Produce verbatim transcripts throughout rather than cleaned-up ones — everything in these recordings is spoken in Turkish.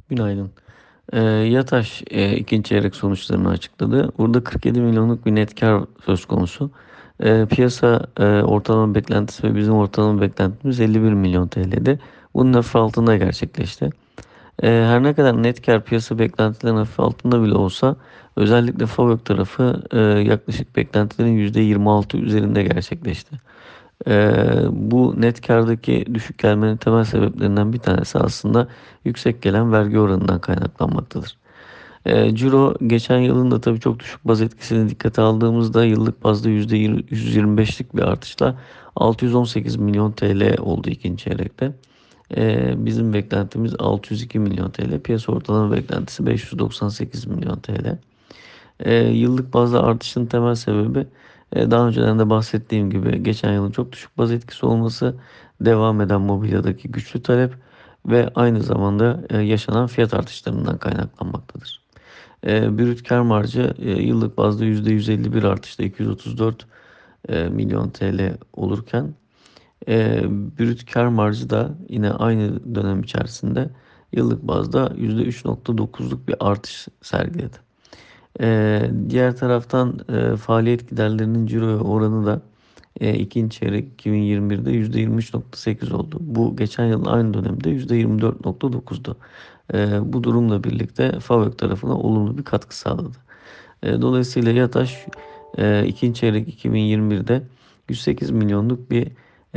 Günaydın. Eee, Yataş eee, ikinci çeyrek sonuçlarını açıkladı. Burada kırk yedi milyonluk bir net kar söz konusu. Eee, piyasa eee, ortalama beklentisi ve bizim ortalama beklentimiz elli bir milyon T L'de. Bunun hafif altında gerçekleşti. Eee, her ne kadar net kar piyasa beklentilerinin hafif altında bile olsa özellikle FAVÖK tarafı eee, yaklaşık beklentilerin yüzde yirmi altı üzerinde gerçekleşti. Eee, bu net kârdaki düşük gelmenin temel sebeplerinden bir tanesi aslında yüksek gelen vergi oranından kaynaklanmaktadır. Eee, ciro geçen yılın da tabii çok düşük baz etkisini dikkate aldığımızda yıllık bazda yüzde yüz yirmi beşlik bir artışla altı yüz on sekiz milyon T L oldu ikinci çeyrekte. Eee, bizim beklentimiz altı yüz iki milyon T L, piyasa ortalama beklentisi beş yüz doksan sekiz milyon T L. Eee, yıllık bazda artışın temel sebebi eee, daha önceden de bahsettiğim gibi geçen yılın çok düşük baz etkisi olması, devam eden mobilyadaki güçlü talep ve aynı zamanda eee, yaşanan fiyat artışlarından kaynaklanmaktadır. Eee, brüt kâr marjı eee, yıllık bazda yüzde yüz elli bir artışla iki yüz otuz dört eee, milyon T L olurken eee brüt kâr marjı da yine aynı dönem içerisinde yıllık bazda yüzde üç nokta dokuzluk bir artış sergiledi. Eee, diğer taraftan eee, faaliyet giderlerinin ciroya oranı da eee, ikinci çeyrek iki bin yirmi birde yüzde yirmi üç nokta sekiz oldu. Bu geçen yıl aynı dönemde yüzde yirmi dört nokta dokuzdu. Eee, bu durumla birlikte FAVÖK tarafına olumlu bir katkı sağladı. Eee, dolayısıyla Yataş eee, ikinci çeyrek iki bin yirmi birde yüz sekiz milyonluk bir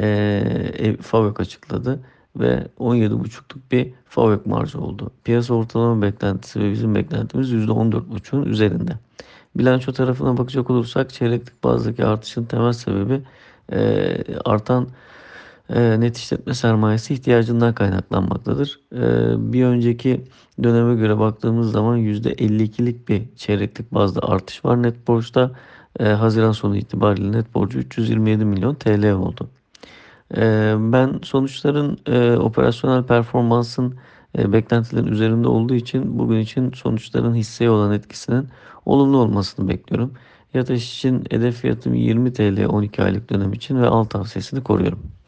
eee FAVÖK açıkladı ve on yedi buçukluk bir FAVÖK marjı oldu. Piyasa ortalama beklentisi ve bizim beklentimiz yüzde on dört buçuğun üzerinde. Bilanço tarafına bakacak olursak çeyreklik bazdaki artışın temel sebebi eee, artan eee, net işletme sermayesi ihtiyacından kaynaklanmaktadır. Eee, bir önceki döneme göre baktığımız zaman yüzde elli ikilik bir çeyreklik bazda artış var net borçta. Eee, Haziran sonu itibariyle net borcu üç yüz yirmi yedi milyon T L oldu. Eee, ben sonuçların eee, operasyonel performansın eee, beklentilerin üzerinde olduğu için bugün için sonuçların hisseye olan etkisinin olumlu olmasını bekliyorum. Yatış için hedef fiyatım yirmi T L on iki aylık dönem için ve al tavsiyesini koruyorum.